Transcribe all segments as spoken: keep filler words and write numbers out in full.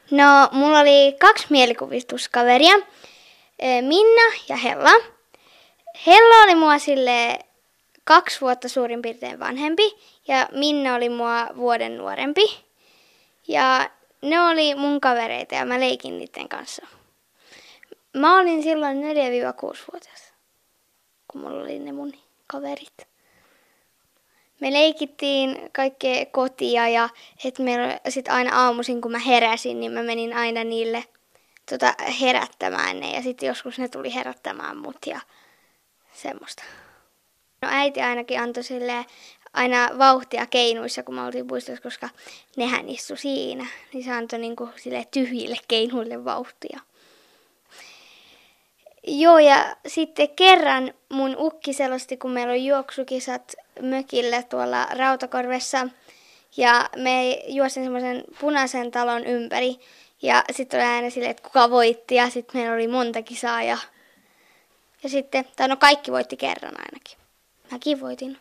No, mulla oli kaksi mielikuvituskaveria, Minna ja Hella. Hella oli mua sille kaksi vuotta suurin piirtein vanhempi ja Minna oli mua vuoden nuorempi. Ja ne oli mun kavereita ja mä leikin niiden kanssa. Mä olin silloin neljä kuusi vuotias, kun mulla oli ne mun kaverit. Me leikittiin kaikkea kotia ja et meillä sit aina aamuisin, kun mä heräsin, niin mä menin aina niille tota, herättämään ne. Ja sitten joskus ne tuli herättämään mut ja semmoista. No äiti ainakin antoi sille aina vauhtia keinuissa, kun mä oltiin puistossa, koska nehän istu siinä. Niin se antoi niinku sille tyhjille keinuille vauhtia. Joo, ja sitten kerran mun ukki selosti, kun meillä on juoksukisat mökillä tuolla Rautakorvessa. Ja me juosin semmoisen punaisen talon ympäri. Ja sitten oli aina silleen, että kuka voitti. Ja sitten meillä oli monta kisaa. Ja, ja sitten, tai no kaikki voitti kerran ainakin. Mäkin voitin.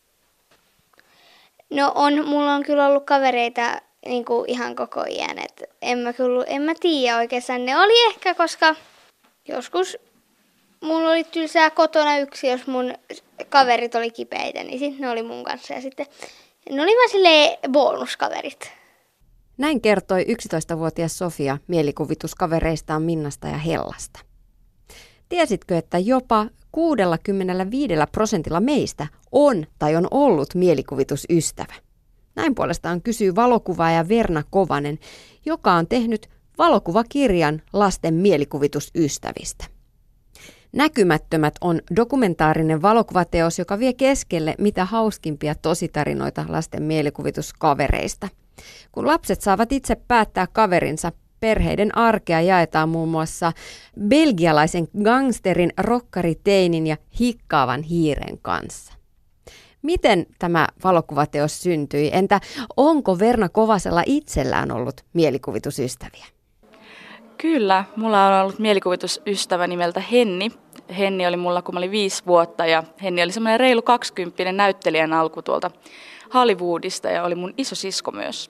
No on, mulla on kyllä ollut kavereita niin kuin ihan koko iän. Et en mä, kyllä, en mä tiedä oikeastaan. Ne oli ehkä, koska joskus mulla oli tylsää kotona yksi, jos mun kaverit oli kipeitä, niin sitten ne oli mun kanssa. Ja sitten ne oli vaan silleen bonuskaverit. Näin kertoi yksitoistavuotias Sofia mielikuvituskavereistaan Minnasta ja Hellasta. Tiesitkö, että jopa kuusikymmentäviisi prosentilla meistä on tai on ollut mielikuvitusystävä? Näin puolestaan kysyy valokuvaaja Verna Kovanen, joka on tehnyt valokuvakirjan lasten mielikuvitusystävistä. Näkymättömät on dokumentaarinen valokuvateos, joka vie keskelle mitä hauskimpia tositarinoita lasten mielikuvituskavereista. Kun lapset saavat itse päättää kaverinsa, perheiden arkea jaetaan muun muassa belgialaisen gangsterin, rokkariteinin ja hikkaavan hiiren kanssa. Miten tämä valokuvateos syntyi? Entä onko Verna Kovasella itsellään ollut mielikuvitusystäviä? Kyllä, mulla on ollut mielikuvitusystävä nimeltä Henni. Henni oli mulla, kun mä olin viisi vuotta ja Henni oli semmoinen reilu kaksikymppinen näyttelijän alku tuolta Hollywoodista ja oli mun isosisko myös.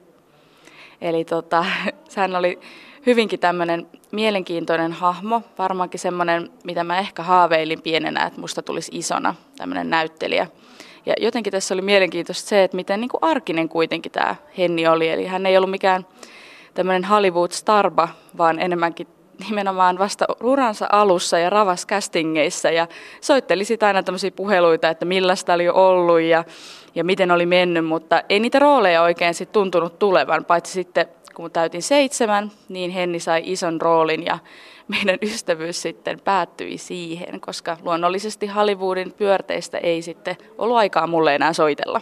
Eli tota, hän oli hyvinkin tämmöinen mielenkiintoinen hahmo, varmaankin semmoinen, mitä mä ehkä haaveilin pienenä, että musta tulisi isona tämmöinen näyttelijä. Ja jotenkin tässä oli mielenkiintoista se, että miten niin kuin arkinen kuitenkin tämä Henni oli, eli hän ei ollut mikään tämmöinen Hollywood-starba, vaan enemmänkin nimenomaan vasta uransa alussa ja ravas castingeissa ja soitteli sitä aina tämmöisiä puheluita, että millaista oli ollut ja, ja miten oli mennyt, mutta ei niitä rooleja oikein sit tuntunut tulevan, paitsi sitten kun täytin seitsemän, niin Henni sai ison roolin ja meidän ystävyys sitten päättyi siihen, koska luonnollisesti Hollywoodin pyörteistä ei sitten ollut aikaa mulle enää soitella.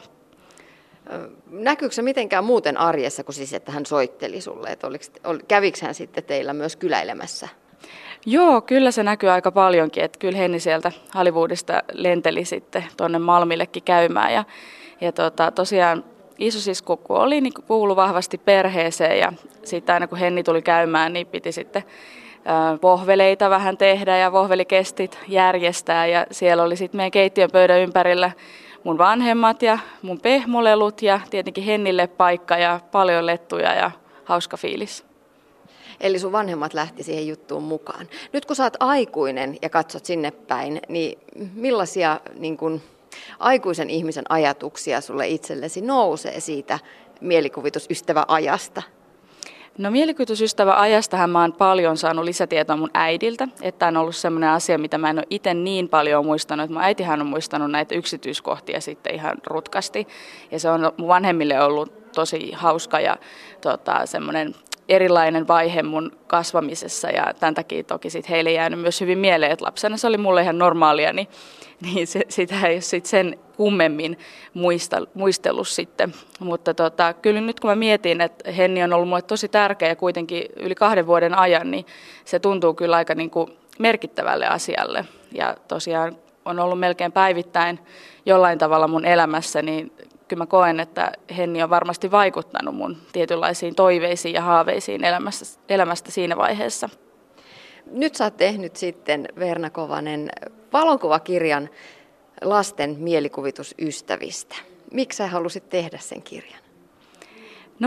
Näkyykö se mitenkään muuten arjessa kuin siis, että hän soitteli sulle? Että oliko, kävikö hän sitten teillä myös kyläilemässä? Joo, kyllä se näkyy aika paljonkin. Että kyllä Henni sieltä Hollywoodista lenteli sitten tuonne Malmillekin käymään. Ja, ja tota, tosiaan isosisku kun oli, niin kuului vahvasti perheeseen. Ja sitten aina kun Henni tuli käymään, niin piti sitten äh, vohveleita vähän tehdä ja vohvelikestit järjestää. Ja siellä oli sitten meidän keittiön pöydän ympärillä mun vanhemmat ja mun pehmolelut ja tietenkin Hennille paikka ja paljon lettuja ja hauska fiilis. Eli sun vanhemmat lähti siihen juttuun mukaan. Nyt kun sä oot aikuinen ja katsot sinne päin, niin millaisia niin kun, aikuisen ihmisen ajatuksia sulle itsellesi nousee siitä mielikuvitusystäväajasta? No mielikuvitusystäväajastahan mä oon paljon saanut lisätietoa mun äidiltä, että on ollut semmoinen asia, mitä mä en ole itse niin paljon muistanut. Mun äitihän on muistanut näitä yksityiskohtia sitten ihan rutkasti ja se on mun vanhemmille ollut tosi hauska ja tota, semmoinen erilainen vaihe mun kasvamisessa ja tämän takia toki sit heille jäänyt myös hyvin mieleen, että lapsena se oli mulle ihan normaalia, niin, niin se, sitä ei ole sit sen kummemmin muista, muistellut sitten. Mutta tota, kyllä nyt kun mä mietin, että Henni on ollut mulle tosi tärkeä ja kuitenkin yli kahden vuoden ajan, niin se tuntuu kyllä aika niin kuin merkittävälle asialle. Ja tosiaan on ollut melkein päivittäin jollain tavalla mun elämässä, niin kyllä mä koen, että Henni on varmasti vaikuttanut mun tietynlaisiin toiveisiin ja haaveisiin elämästä, elämästä siinä vaiheessa. Nyt sä oot tehnyt sitten, Verna Kovanen, valokuvakirjan lasten mielikuvitusystävistä. Miksi sä halusit tehdä sen kirjan? No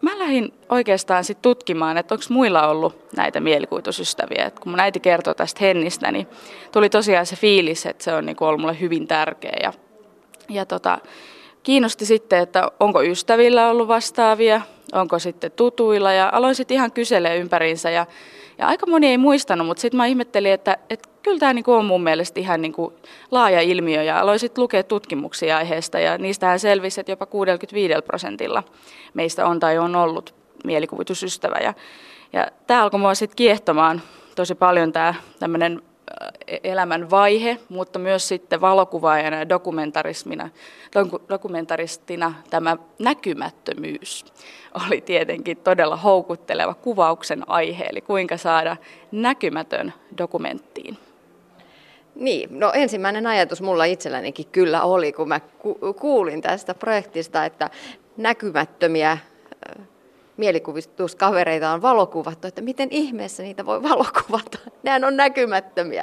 mä lähdin oikeastaan sit tutkimaan, että onko muilla ollut näitä mielikuvitusystäviä. Et kun mun äiti kertoi tästä Hennistä, niin tuli tosiaan se fiilis, että se on niinku ollut mulle hyvin tärkeä. Ja, ja tota, kiinnosti sitten, että onko ystävillä ollut vastaavia, onko sitten tutuilla. Ja aloin sitten ihan kyselemään ympäriinsä. Ja, ja aika moni ei muistanut, mutta sitten mä ihmettelin, että, että kyllä tämä niinku on mun mielestä ihan niinku laaja ilmiö. Ja aloin sitten lukea tutkimuksia aiheesta ja niistähän selvisi, että jopa kuusikymmentäviisi prosentilla meistä on tai on ollut mielikuvitusystävä. Ja, ja tämä alkoi mua sitten kiehtomaan tosi paljon tämä tämmöinen elämän vaihe, mutta myös sitten valokuvaajana ja dokumentarismina, dokumentaristina tämä näkymättömyys oli tietenkin todella houkutteleva kuvauksen aihe, eli kuinka saada näkymätön dokumenttiin. Niin, no ensimmäinen ajatus mulla itsellänikin kyllä oli, kun mä ku- kuulin tästä projektista, että näkymättömiä mielikuvituskavereita on valokuvattu, että miten ihmeessä niitä voi valokuvata? Nehän on näkymättömiä.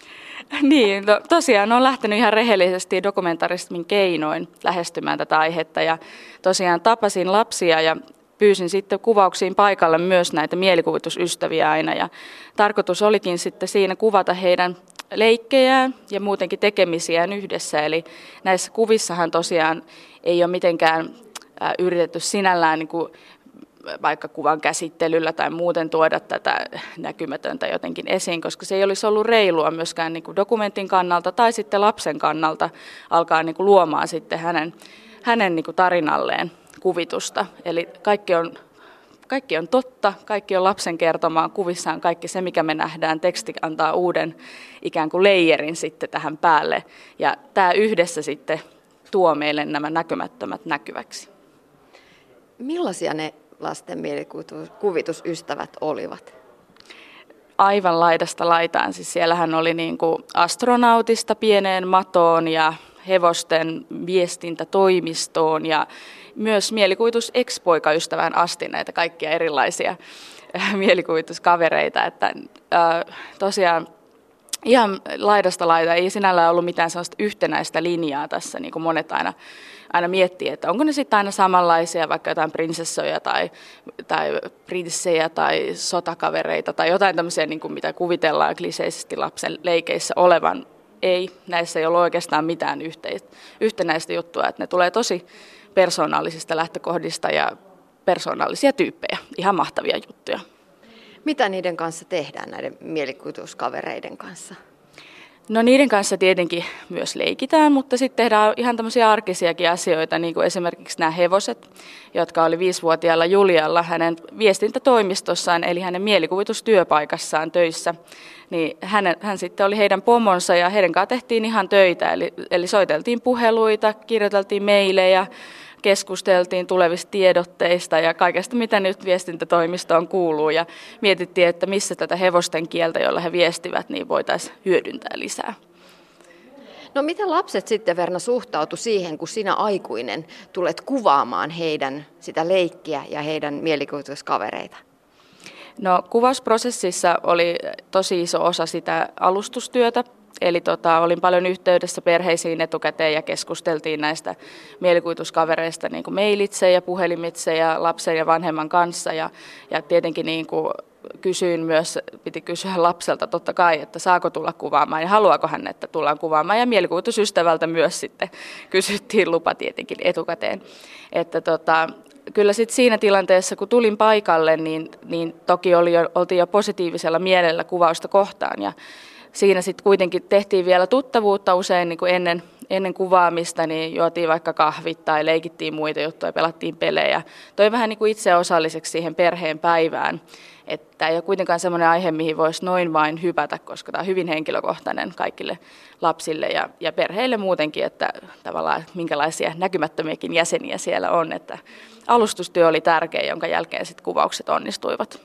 Niin, no, tosiaan olen lähtenyt ihan rehellisesti dokumentarismin keinoin lähestymään tätä aihetta ja tosiaan tapasin lapsia ja pyysin sitten kuvauksiin paikalle myös näitä mielikuvitusystäviä aina ja tarkoitus olikin sitten siinä kuvata heidän leikkejään ja muutenkin tekemisiään yhdessä. Eli näissä kuvissahan tosiaan ei ole mitenkään yritetty sinällään niin kuin vaikka kuvan käsittelyllä tai muuten tuoda tätä näkymätöntä jotenkin esiin, koska se ei olisi ollut reilua myöskään niin kuin dokumentin kannalta tai sitten lapsen kannalta alkaa niin kuin luomaan sitten hänen, hänen niin kuin tarinalleen kuvitusta. Eli kaikki on, kaikki on totta, kaikki on lapsen kertomaa, kuvissaan kaikki se, mikä me nähdään, teksti antaa uuden ikään kuin leijerin sitten tähän päälle. Ja tämä yhdessä sitten tuo meille nämä näkymättömät näkyväksi. Millaisia ne lasten mielikuvitusystävät olivat? Aivan laidasta laitaan. Siis siellähän oli niin kuin astronautista pieneen matoon ja hevosten viestintätoimistoon ja myös mielikuvitus ex-poikaystävään asti näitä kaikkia erilaisia mielikuvituskavereita. Että, äh, tosiaan ihan laidasta laitaan ei sinällään ollut mitään sellaista yhtenäistä linjaa tässä, niin kuin monet aina aina miettii, että onko ne sitten aina samanlaisia, vaikka jotain prinsessoja tai, tai prinssejä tai sotakavereita tai jotain tämmöisiä, niin kuin mitä kuvitellaan kliseisesti lapsen leikeissä olevan. Ei, näissä ei ole oikeastaan mitään yhtenäistä juttua, että ne tulee tosi persoonallisista lähtökohdista ja persoonallisia tyyppejä, ihan mahtavia juttuja. Mitä niiden kanssa tehdään, näiden mielikuvituskavereiden kanssa? No niiden kanssa tietenkin myös leikitään, mutta sitten tehdään ihan tämmöisiä arkisiakin asioita, niin kuin esimerkiksi nämä hevoset, jotka oli viisivuotiaalla Julialla hänen viestintätoimistossaan, eli hänen mielikuvitustyöpaikassaan töissä. Niin hän, hän sitten oli heidän pomonsa ja heidän kanssa tehtiin ihan töitä, eli, eli soiteltiin puheluita, kirjoiteltiin meilejä, keskusteltiin tulevista tiedotteista ja kaikesta, mitä nyt viestintätoimistoon kuuluu ja mietittiin, että missä tätä hevosten kieltä, jolla he viestivät, niin voitaisiin hyödyntää lisää. No miten lapset sitten, Verna, suhtautu siihen, kun sinä aikuinen tulet kuvaamaan heidän sitä leikkiä ja heidän mielikuvituskavereita? No kuvausprosessissa oli tosi iso osa sitä alustustyötä. Eli tota, olin paljon yhteydessä perheisiin etukäteen ja keskusteltiin näistä mielikuvituskavereista niin kuin mailitse ja puhelimitse ja lapsen ja vanhemman kanssa. Ja, ja tietenkin niin kuin kysyin myös, piti kysyä lapselta totta kai, että saako tulla kuvaamaan ja haluaako hän, että tullaan kuvaamaan. Ja mielikuvitusystävältä myös sitten kysyttiin lupa tietenkin etukäteen. Että tota, kyllä sitten siinä tilanteessa, kun tulin paikalle, niin, niin toki oli jo, oltiin jo positiivisella mielellä kuvausta kohtaan. Ja siinä sitten kuitenkin tehtiin vielä tuttavuutta usein niin kuin ennen, ennen kuvaamista, niin juotiin vaikka kahvit tai leikittiin muita juttuja, pelattiin pelejä. Toi vähän niin kuin itse osalliseksi siihen perheen päivään, että ei ole kuitenkaan semmoinen aihe, mihin voisi noin vain hypätä, koska tämä on hyvin henkilökohtainen kaikille lapsille ja, ja perheille muutenkin, että tavallaan minkälaisia näkymättömiäkin jäseniä siellä on, että alustustyö oli tärkeä, jonka jälkeen sitten kuvaukset onnistuivat.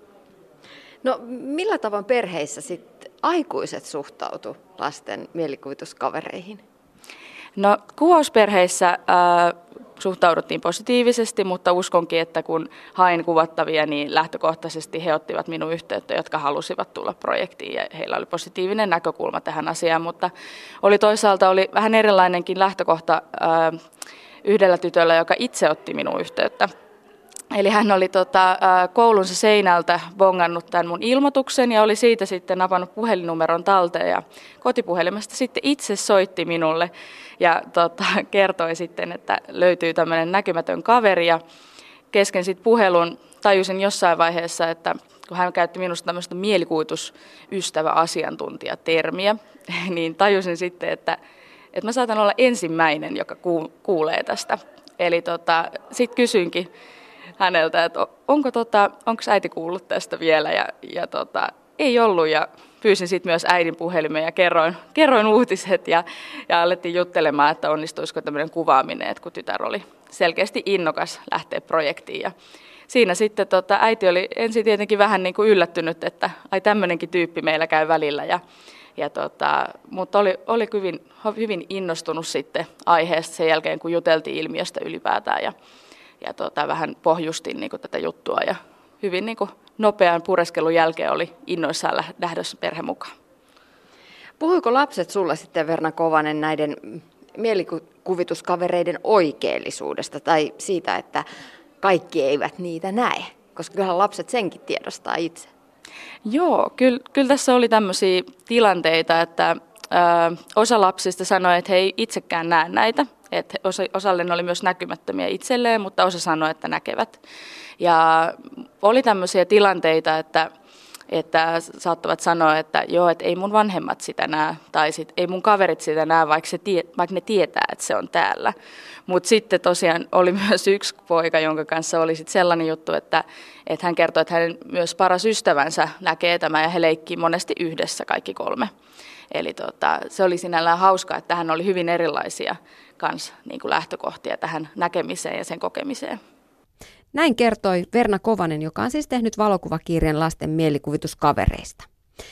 No millä tavoin perheissä sitten aikuiset suhtautu lasten mielikuvituskavereihin? No kuvausperheissä äh, suhtauduttiin positiivisesti, mutta uskonkin, että kun hain kuvattavia, niin lähtökohtaisesti he ottivat minun yhteyttä, jotka halusivat tulla projektiin ja heillä oli positiivinen näkökulma tähän asiaan, mutta oli toisaalta oli vähän erilainenkin lähtökohta äh, yhdellä tytöllä, joka itse otti minun yhteyttä. Eli hän oli tota, koulunsa seinältä bongannut tämän mun ilmoituksen ja oli siitä sitten napannut puhelinnumeron talteen ja kotipuhelimesta sitten itse soitti minulle ja tota, kertoi sitten, että löytyy tämmöinen näkymätön kaveri ja kesken sitten puhelun tajusin jossain vaiheessa, että kun hän käytti minusta tämmöistä mielikuvitusystävä-asiantuntijatermiä, niin tajusin sitten, että, että mä saatan olla ensimmäinen, joka kuulee tästä. Eli tota, sitten kysyinkin häneltä, että onko, tota, onko äiti kuullut tästä vielä ja, ja tota, ei ollut ja pyysin sitten myös äidin puhelimeen ja kerroin, kerroin uutiset ja, ja alettiin juttelemaan, että onnistuisiko tämmöinen kuvaaminen, että kun tytär oli selkeästi innokas lähteä projektiin ja siinä sitten tota, äiti oli ensin tietenkin vähän niin kuin yllättynyt, että ai tämmöinenkin tyyppi meillä käy välillä ja, ja tota, mutta oli, oli hyvin, hyvin innostunut sitten aiheesta sen jälkeen, kun juteltiin ilmiöstä ylipäätään ja Ja tota, vähän pohjustin niin kuin tätä juttua ja hyvin niin kuin nopean pureskelun jälkeen oli innoissaan lähdössä perhe mukaan. Puhuiko lapset sulle sitten, Verna Kovanen, näiden mielikuvituskavereiden oikeellisuudesta tai siitä, että kaikki eivät niitä näe? Koska kyllähän lapset senkin tiedostaa itse. Joo, kyllä, kyllä tässä oli tämmöisiä tilanteita, että ö, osa lapsista sanoi, että he ei itsekään näe näitä. Että osalle ne oli myös näkymättömiä itselleen, mutta osa sanoi, että näkevät. Ja oli tämmöisiä tilanteita, että, että saattavat sanoa, että joo, että ei mun vanhemmat sitä näe, tai sit, ei mun kaverit sitä näe, vaikka, se tie, vaikka ne tietää, että se on täällä. Mutta sitten tosiaan oli myös yksi poika, jonka kanssa oli sit sellainen juttu, että, että hän kertoi, että hänen myös paras ystävänsä näkee tämän, ja he leikkii monesti yhdessä kaikki kolme. Eli tota, se oli sinällään hauskaa, että hän oli hyvin erilaisia kans, niin kuin lähtökohtia tähän näkemiseen ja sen kokemiseen. Näin kertoi Verna Kovanen, joka on siis tehnyt valokuvakirjan lasten mielikuvituskavereista.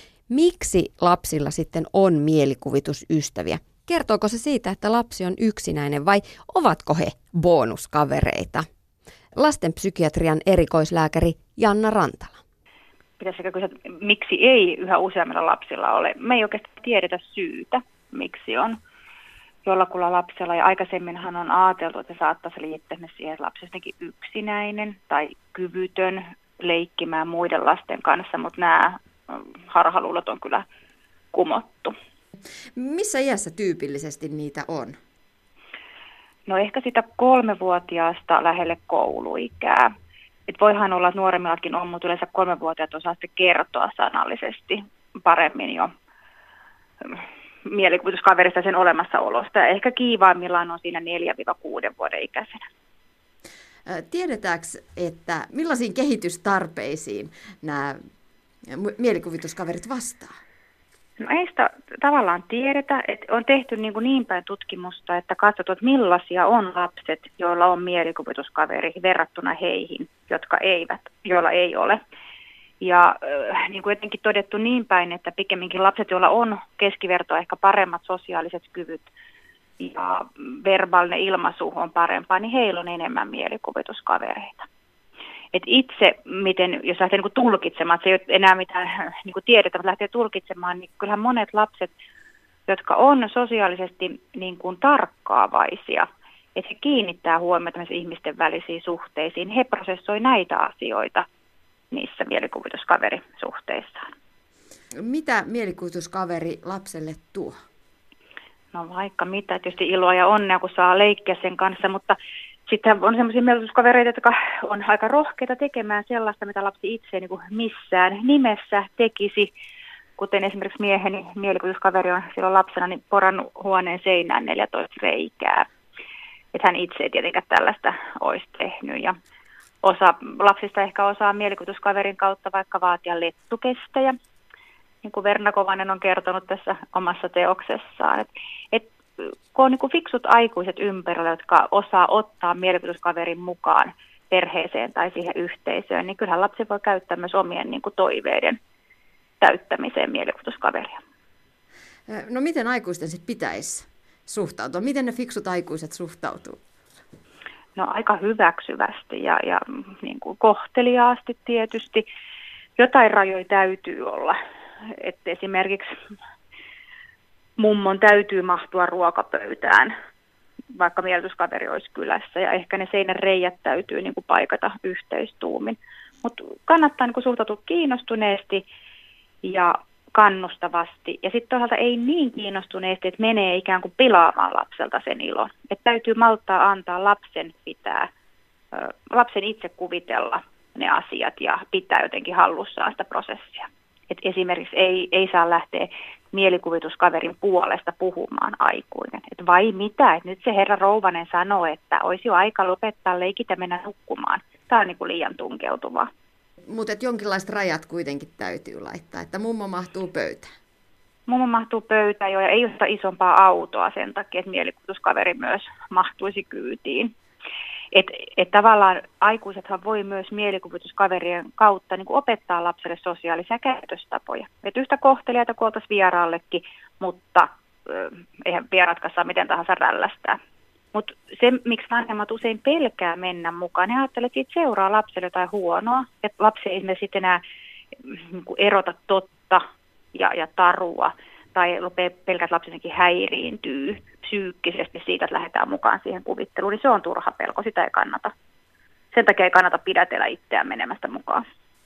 Miksi lapsilla sitten on mielikuvitusystäviä? Kertooko se siitä, että lapsi on yksinäinen vai ovatko he bonuskavereita? Lastenpsykiatrian erikoislääkäri Janna Rantala. Pitäisikö kysyä, miksi ei yhä useammilla lapsilla ole? Me ei oikeastaan tiedetä syytä, miksi on jollakulla lapsella. Ja aikaisemminhan on ajateltu, että se saattaisi liittyä siihen, että lapsi on yksinäinen tai kyvytön leikkimään muiden lasten kanssa, mutta nämä harhaluulot on kyllä kumottu. Missä iässä tyypillisesti niitä on? No ehkä sitä kolmevuotiaasta lähelle kouluikää. Et voihan olla, että nuoremmillakin on, mutta yleensä kolmevuotiaat osaa sitten kertoa sanallisesti paremmin jo mielikuvituskaverista sen olemassaolosta. Ja ehkä kiivaimmillaan on siinä neljä kuuden vuoden ikäisenä. Tiedetäänkö, että millaisiin kehitystarpeisiin nämä mielikuvituskaverit vastaa? No ei sitä tavallaan tiedetä. Että on tehty niin, kuin niin päin tutkimusta, että katsottu, että millaisia on lapset, joilla on mielikuvituskaveri verrattuna heihin, jotka eivät, joilla ei ole. Ja äh, niin kuin jotenkin todettu niin päin, että pikemminkin lapset, joilla on keskivertoa ehkä paremmat sosiaaliset kyvyt ja verbaalinen ilmaisu on parempaa, niin heillä on enemmän mielikuvituskavereita. Et itse, miten, jos lähtee niin kuin tulkitsemaan, että se ei ole enää mitään niin kuin tiedetä, mutta lähtee tulkitsemaan, niin kyllähän monet lapset, jotka on sosiaalisesti niin kuin tarkkaavaisia, että he kiinnittää huomiota ihmisten välisiin suhteisiin, he prosessoi näitä asioita niissä mielikuvituskaverisuhteissaan. Mitä mielikuvituskaveri lapselle tuo? No vaikka mitä, tietysti iloa ja onnea, kun saa leikkiä sen kanssa, mutta sitten on sellaisia mielikuvituskavereita, jotka on aika rohkeita tekemään sellaista, mitä lapsi itse niin kuin missään nimessä tekisi. Kuten esimerkiksi mieheni mielikuvituskaveri on silloin lapsena niin porannut huoneen seinään neljätoista reikää. Että hän itse ei tietenkään tällaista olisi tehnyt. Ja osa lapsista ehkä osaa mielikuvituskaverin kautta vaikka vaatia lettukestejä, niin kuin Verna Kovanen on kertonut tässä omassa teoksessaan. Et, et, kun on niin kuin fiksut aikuiset ympärillä, jotka osaa ottaa mielikuvituskaverin mukaan perheeseen tai siihen yhteisöön, niin kyllähän lapsi voi käyttää myös omien niin kuin toiveiden täyttämiseen mielikuvituskaveria. No miten aikuisten sitten pitäisi suhtautua? Miten ne fiksut aikuiset suhtautuu? No aika hyväksyvästi ja, ja niin kuin kohteliaasti tietysti. Jotain rajoja täytyy olla. Että esimerkiksi mummon täytyy mahtua ruokapöytään vaikka miellytyskaveri olisi kylässä, ja ehkä ne seinän reijät täytyy niin kuin paikata yhteistuumin. Mutta kannattaa niin kuin suhtautua kiinnostuneesti ja kannustavasti, ja sitten toisaalta ei niin kiinnostuneesti, että menee ikään kuin pilaamaan lapselta sen ilon. Että täytyy malttaa antaa lapsen pitää, lapsen itse kuvitella ne asiat ja pitää jotenkin hallussaan sitä prosessia. Et esimerkiksi ei, ei saa lähteä mielikuvituskaverin puolesta puhumaan aikuinen. Et vai mitä, että nyt se herra Rouvanen sanoo, että olisi jo aika lopettaa leikitä mennä nukkumaan. Tämä on niin kuin liian tunkeutuvaa. Mutta jonkinlaiset rajat kuitenkin täytyy laittaa, että mummo mahtuu pöytään. Mummo mahtuu pöytään jo, ja ei ole sitä isompaa autoa sen takia, että mielikuvituskaveri myös mahtuisi kyytiin. Että et tavallaan aikuisethan voi myös mielikuvituskaverien kautta niin kuin opettaa lapselle sosiaalisia käytöstapoja. Et yhtä kohteliaita kuin oltaisiin vieraallekin, mutta ö, eihän vieraatkaan saa miten tahansa rällästää. Mutta se, miksi vanhemmat usein pelkää mennä mukaan, ne ajattelee, että siitä seuraa lapselle jotain huonoa. Että lapsi ei esimerkiksi sitten enää niin kuin erota totta ja, ja tarua, tai lopee pelkät että lapsi häiriintyy psyykkisesti siitä, että lähdetään mukaan siihen kuvitteluun, niin se on turha pelko, sitä ei kannata. Sen takia ei kannata pidätellä itseään menemästä mukaan.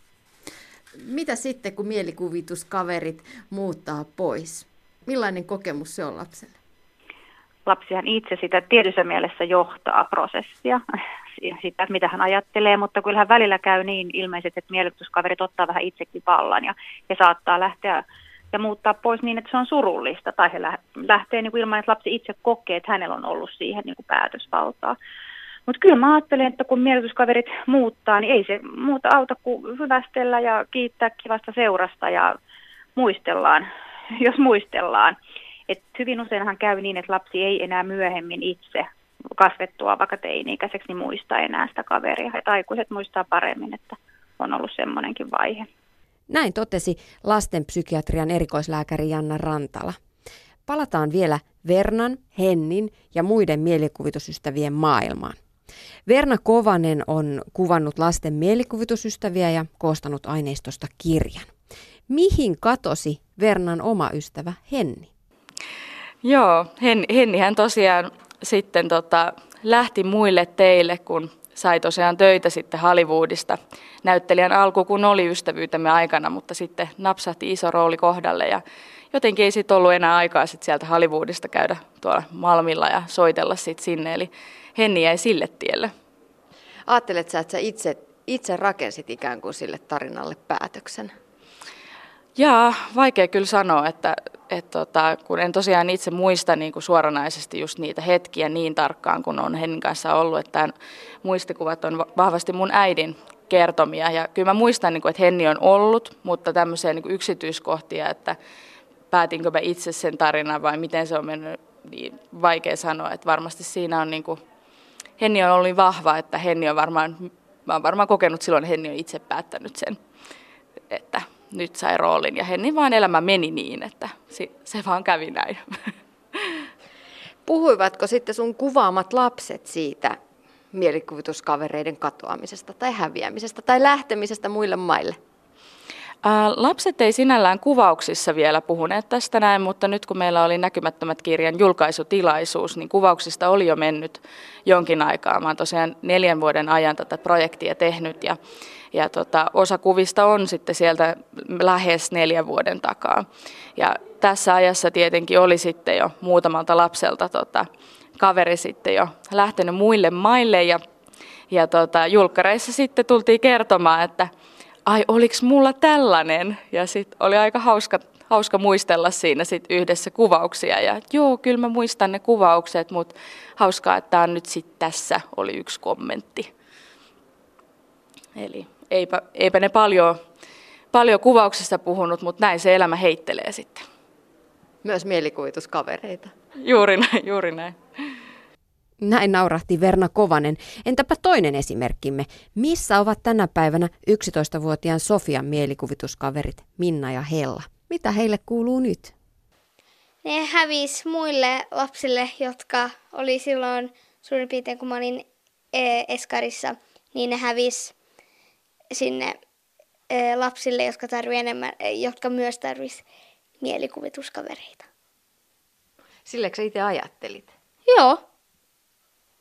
Mitä sitten, kun mielikuvituskaverit muuttaa pois? Millainen kokemus se on lapselle? Lapsihan itse sitä tietyssä mielessä johtaa prosessia, sitä, että mitä hän ajattelee, mutta kyllähän välillä käy niin ilmeisesti, että mielikuvituskaverit ottaa vähän itsekin vallan ja, ja saattaa lähteä ja muuttaa pois niin, että se on surullista, tai he lähtee niin kuin ilman, että lapsi itse kokee, että hänellä on ollut siihen niin kuin päätösvaltaa. Mutta kyllä mä ajattelen, että kun miellytyskaverit muuttaa, niin ei se muuta auta kuin hyvästellä ja kiittää kivasta seurasta ja muistellaan, jos muistellaan. Et hyvin useinhan käy niin, että lapsi ei enää myöhemmin itse kasvettua vaikka teini-ikäiseksi niin muista enää sitä kaveria. Et aikuiset muistaa paremmin, että on ollut semmoinenkin vaihe. Näin totesi lastenpsykiatrian erikoislääkäri Janna Rantala. Palataan vielä Vernan, Hennin ja muiden mielikuvitusystävien maailmaan. Verna Kovanen on kuvannut lasten mielikuvitusystäviä ja koostanut aineistosta kirjan. Mihin katosi Vernan oma ystävä Henni? Joo, Hen, Hennihän tosiaan sitten tota, lähti muille teille, kun sai tosiaan töitä sitten Hollywoodista. Näyttelijän alku, kun oli ystävyytemme aikana, mutta sitten napsahti iso rooli kohdalle ja jotenkin ei sitten ollut enää aikaa sitten sieltä Hollywoodista käydä tuolla Malmilla ja soitella sitten sinne, eli Henni jäi sille tielle. Aattelet sä, että sä itse, itse rakensit ikään kuin sille tarinalle päätöksen? Jaa, vaikea kyllä sanoa, että, että tota, kun en tosiaan itse muista niin kuin suoranaisesti just niitä hetkiä niin tarkkaan, kun on Hennin kanssa ollut, että tämän muistikuvat on vahvasti mun äidin kertomia. Ja kyllä mä muistan, niin kuin, että Henni on ollut, mutta tämmöisiä niin kuin yksityiskohtia, että päätinkö mä itse sen tarinan vai miten se on mennyt, niin vaikea sanoa. Että varmasti siinä on, niin kuin, Henni on ollut niin vahva, että Henni on varmaan, mä oon varmaan kokenut silloin, että Henni on itse päättänyt sen, että nyt sai roolin ja Hennin vaan elämä meni niin, että se vaan kävi näin. Puhuivatko sitten sun kuvaamat lapset siitä mielikuvituskavereiden katoamisesta tai häviämisestä tai lähtemisestä muille maille? Ää, lapset ei sinällään kuvauksissa vielä puhuneet tästä näin, mutta nyt kun meillä oli Näkymättömät kirjan julkaisutilaisuus, niin kuvauksista oli jo mennyt jonkin aikaa. Mä oon tosiaan neljän vuoden ajan tätä projektia tehnyt ja Ja tota, osa kuvista on sitten sieltä lähes neljän vuoden takaa. Ja tässä ajassa tietenkin oli sitten jo muutamalta lapselta tota, kaveri sitten jo lähtenyt muille maille. Ja, ja tota, julkkareissa sitten tultiin kertomaan, että ai oliks mulla tällainen? Ja sitten oli aika hauska, hauska muistella siinä sit yhdessä kuvauksia. Ja joo, kyllä mä muistan ne kuvaukset, mutta hauskaa, että tää nyt sitten tässä oli yksi kommentti. Eli eipä, eipä ne paljon, paljon kuvauksista puhunut, mutta näin se elämä heittelee sitten. Myös mielikuvituskavereita. Juuri näin, juuri näin. Näin naurahti Verna Kovanen. Entäpä toinen esimerkkimme? Missä ovat tänä päivänä yksitoistavuotiaan Sofian mielikuvituskaverit Minna ja Hella? Mitä heille kuuluu nyt? Ne hävisi muille lapsille, jotka oli silloin suurin piirtein, kun mä olin Eskarissa, niin ne hävisi sinne lapsille, jotka, enemmän, jotka myös tarvitsisivat mielikuvituskavereita. Sillekö sä itse ajattelit? Joo.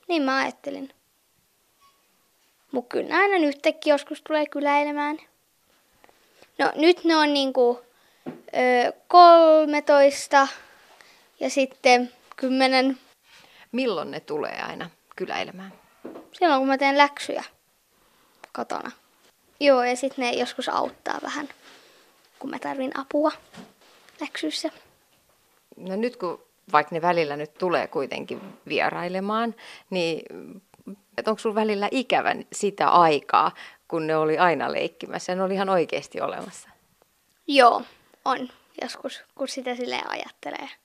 Niin mä ajattelin. Mut kyllä aina nytkin joskus tulee kyläilemään. No nyt ne on niinku ö, kolmetoista ja sitten kymmenen. Milloin ne tulee aina kyläilemään? Silloin kun mä teen läksyjä kotona. Joo, ja sitten ne joskus auttaa vähän, kun mä tarvin apua läksyissä. No nyt kun vaikka ne välillä nyt tulee kuitenkin vierailemaan, niin onko sulla välillä ikävä sitä aikaa, kun ne oli aina leikkimässä ja ne oli ihan oikeasti olemassa? Joo, on joskus, kun sitä silleen ajattelee.